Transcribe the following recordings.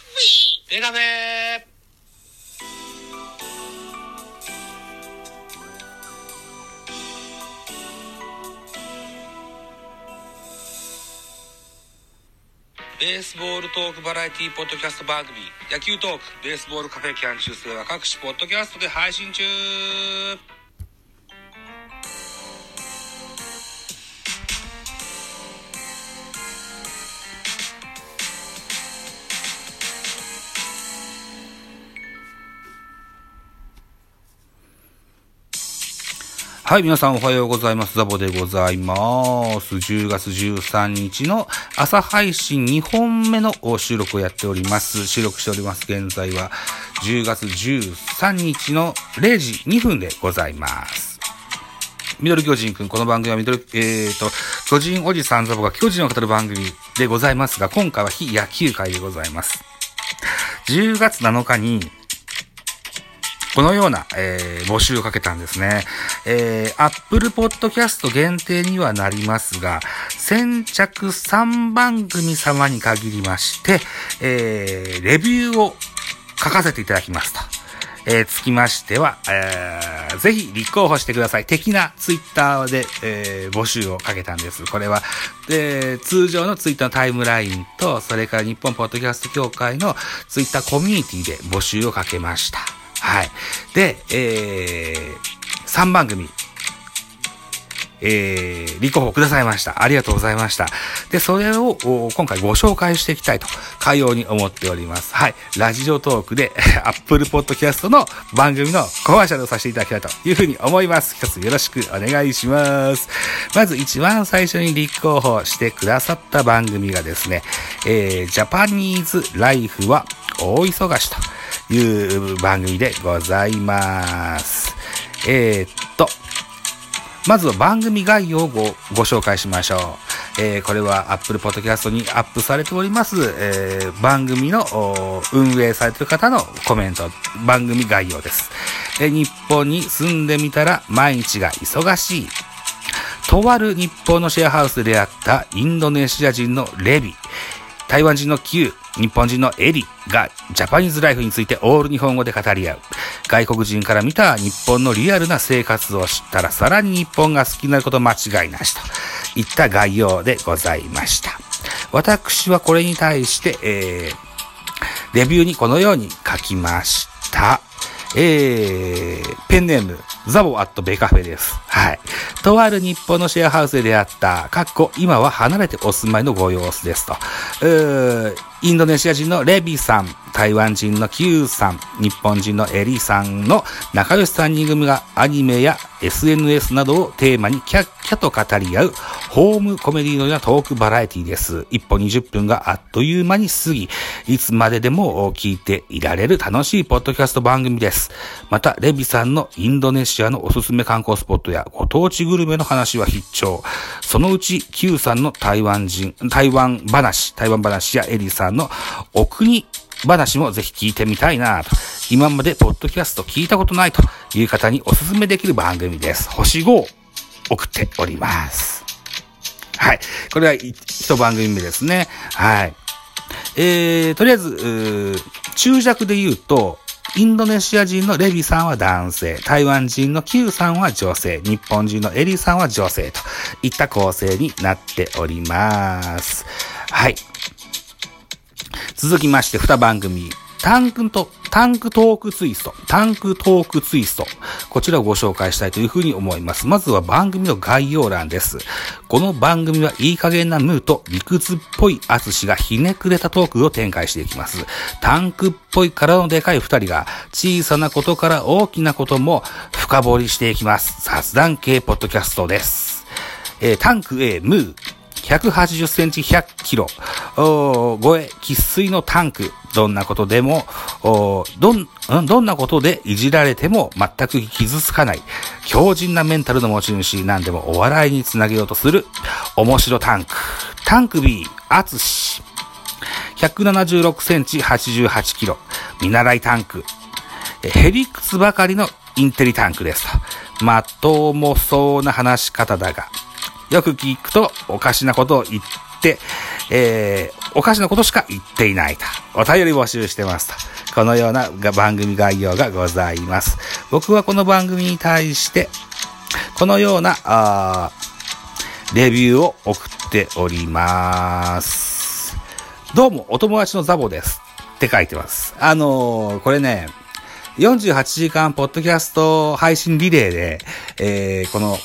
ベカフェ。ベースボールトークバラエティポッドキャスト番組野球トークベースボールカフェキャン中世は各種ポッドキャストで配信中。 はい、皆さんおはようございます。ザボでございます。10月13日の朝配信2本目の収録をやっております。収録しております。現在は10月13日の0時2分でございます。ミドル巨人くん、この番組は巨人おじさんザボが巨人を語る番組でございますが、今回は非野球会でございます。10月7日にこのような、募集をかけたんですね。Apple Podcast 限定にはなりますが、先着3番組様に限りまして、レビューを書かせていただきますと。つきましては、ぜひ立候補してください。的なツイッターで、募集をかけたんです。これは、通常のツイッターのタイムラインと、それから日本ポッドキャスト協会のツイッターコミュニティで募集をかけました。はい。で、3番組、立候補くださいました。ありがとうございました。で、それを今回ご紹介していきたいと、かように思っております。はい。ラジオトークで、Apple Podcast の番組のコマーシャルをさせていただきたいというふうに思います。一つよろしくお願いします。まず一番最初に立候補してくださった番組がですね、ジャパニーズライフは大忙しという番組でございます。まずは番組概要をご紹介しましょう。これは Apple Podcast にアップされております、番組の運営されている方のコメント、番組概要です。日本に住んでみたら毎日が忙しい。とある日本のシェアハウスで出会ったインドネシア人のレビ、台湾人の Q、日本人のエリがジャパニーズライフについてオール日本語で語り合う。外国人から見た日本のリアルな生活を知ったらさらに日本が好きになること間違いなしといった概要でございました。私はこれに対して、レビューにこのように書きました。ペンネームザボ@ベカフェです。はい。とある日本のシェアハウスで出会った、今は離れてお住まいのご様子ですと。インドネシア人のレビさん、台湾人の Q さん、日本人のエリさんの仲良し3人組がアニメや SNS などをテーマにキャッキャと語り合うホームコメディのようなトークバラエティです。1本20分があっという間に過ぎ、いつまででも聞いていられる楽しいポッドキャスト番組です。また、レビさんのインドネシアのおすすめ観光スポットやご当地グルメの話は必聴。そのうち Q さんの台湾話やエリさんのお国話もぜひ聞いてみたいなと。今までポッドキャスト聞いたことないという方におすすめできる番組です。星5を送っております。はい。これは一番組目ですね。はい。とりあえず、中弱で言うと、インドネシア人のレビさんは男性、台湾人の Q さんは女性、日本人のエリさんは女性といった構成になっております。はい。続きまして2番組、タンクトークツイスト。こちらをご紹介したいというふうに思います。まずは番組の概要欄です。この番組はいい加減なムーと理屈っぽいアツシがひねくれたトークを展開していきます。タンクっぽい体のでかい2人が小さなことから大きなことも深掘りしていきます。雑談系ポッドキャストです。タンク A ムー。180センチ100キロ超え生粋のタンク。どんなことでもどんなことでいじられても全く傷つかない強靭なメンタルの持ち主。なんでもお笑いにつなげようとする面白タンク B アツシ176センチ88キロ見習いタンク。へりくつばかりのインテリタンクですと。まっともそうな話し方だが、よく聞くとおかしなことを言って、おかしなことしか言っていないと。お便り募集してますと。このような番組概要がございます。僕はこの番組に対して、このような、レビューを送っております。どうも、お友達のザボですって書いてます。これね、48時間ポッドキャスト配信リレーで、この、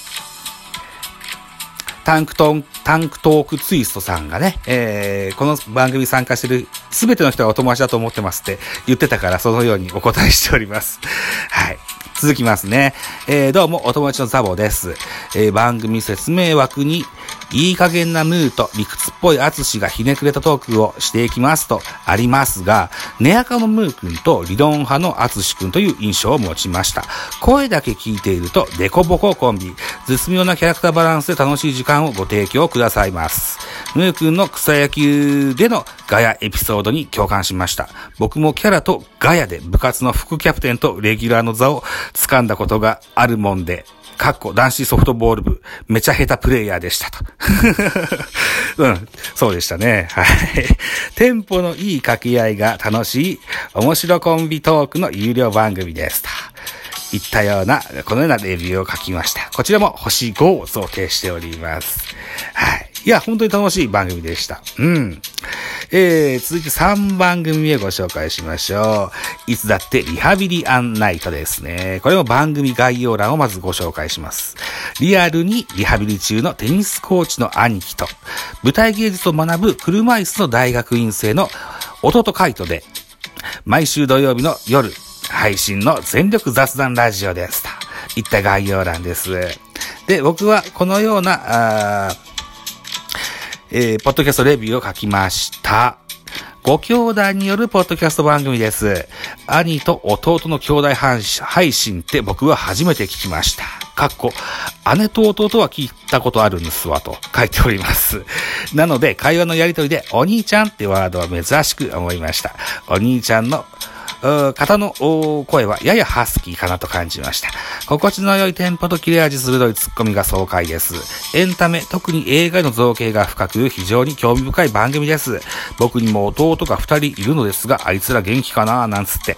タンクトークツイストさんがね、この番組参加してるすべての人がお友達だと思ってますって言ってたから、そのようにお答えしております。はい。続きますね。どうも、お友達のザボです。番組説明枠に、いい加減なムーと理屈っぽいアツシがひねくれたトークをしていきますとありますが、ネアカのムー君と理論派のアツシ君という印象を持ちました。声だけ聞いているとデコボココンビ、絶妙なキャラクターバランスで楽しい時間をご提供くださいます。ムー君の草野球でのガヤエピソードに共感しました。僕もキャラとガヤで部活の副キャプテンとレギュラーの座を掴んだことがあるもんで、男子ソフトボール部、めちゃ下手プレイヤーでしたと。うん、そうでしたね。はい。テンポのいい掛け合いが楽しい、面白コンビトークの有料番組ですと。いったような、このようなレビューを書きました。こちらも星5を想定しております。はい。いや、本当に楽しい番組でした。うん。続いて3番組目ご紹介しましょう。いつだってリハビリアンナイトですね。これも番組概要欄をまずご紹介します。リアルにリハビリ中のテニスコーチの兄貴と、舞台芸術を学ぶ車椅子の大学院生の弟カイトで、毎週土曜日の夜、配信の全力雑談ラジオです。といった概要欄です。で、僕はこのような、ポッドキャストレビューを書きました。ご兄弟によるポッドキャスト番組です。兄と弟の兄弟配信って僕は初めて聞きました。姉と弟は聞いたことあるんですわと書いております。なので会話のやりとりでお兄ちゃんってワードは珍しく思いました。お兄ちゃんの方の声はややハスキーかなと感じました。心地の良いテンポと切れ味鋭いツッコミが爽快です。エンタメ、特に映画の造形が深く非常に興味深い番組です。僕にも弟が2人いるのですが、あいつら元気かななんつって、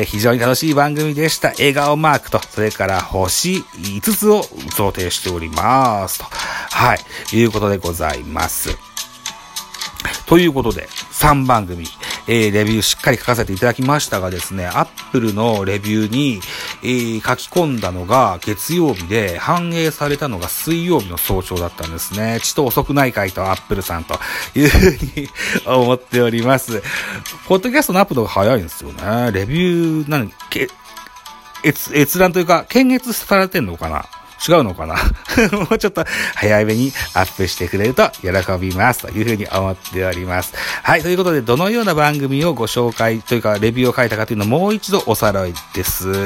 非常に楽しい番組でした。笑顔マークと、それから星5つを贈呈しておりますと。はい、いうことでございます。ということで、3番組、レビューしっかり書かせていただきましたがですね、アップルのレビューに、書き込んだのが月曜日で、反映されたのが水曜日の早朝だったんですね。ちょっと遅くないかいとアップルさんというふうに思っております。ポッドキャストのアップが早いんですよね。レビュー、閲覧というか、検閲されてんのかな？違うのかなもうちょっと早めにアップしてくれると喜びますというふうに思っております。はい。ということで、どのような番組をご紹介というか、レビューを書いたかというのをもう一度おさらいです。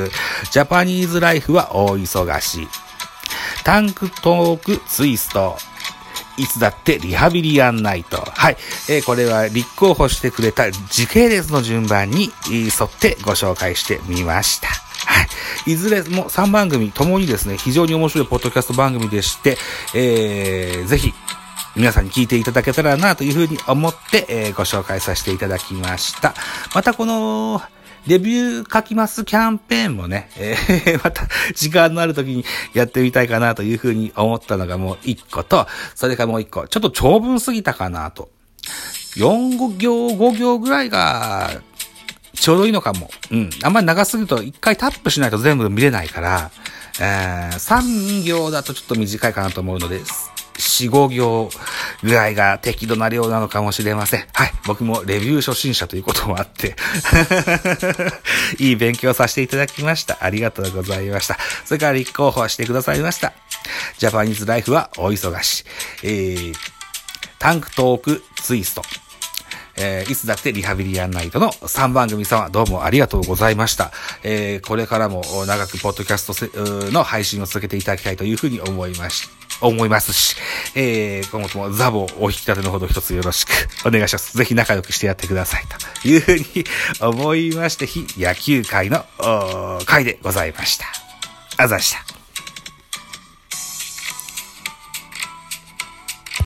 ジャパニーズライフは大忙し。タンクトークツイスト。いつだってリハビリアンナイト。はい。これは立候補してくれた時系列の順番に沿ってご紹介してみました。はい。いずれも3番組ともにですね、非常に面白いポッドキャスト番組でして、ぜひ皆さんに聞いていただけたらなというふうに思って、ご紹介させていただきました。またこのレビュー書きますキャンペーンもね、また時間のある時にやってみたいかなというふうに思ったのがもう1個と、それからもう1個、ちょっと長文すぎたかなと。5行ぐらいがちょうどいいのかも。うん。あんまり長すぎると1回タップしないと全部見れないから、3行だとちょっと短いかなと思うので、4、5行ぐらいが適度な量なのかもしれません。はい。僕もレビュー初心者ということもあって、いい勉強させていただきました。ありがとうございました。それから立候補してくださいました。ジャパニーズライフは大忙し。タンクトークツイスト。いつだってリハビリアンナイトの3番組様どうもありがとうございました。これからも長くポッドキャストの配信を続けていただきたいというふうに思思いますし、今後ともザボお引き立てのほど一つよろしくお願いします。ぜひ仲良くしてやってくださいというふうに思いまして、非野球界の回でございました。あざした。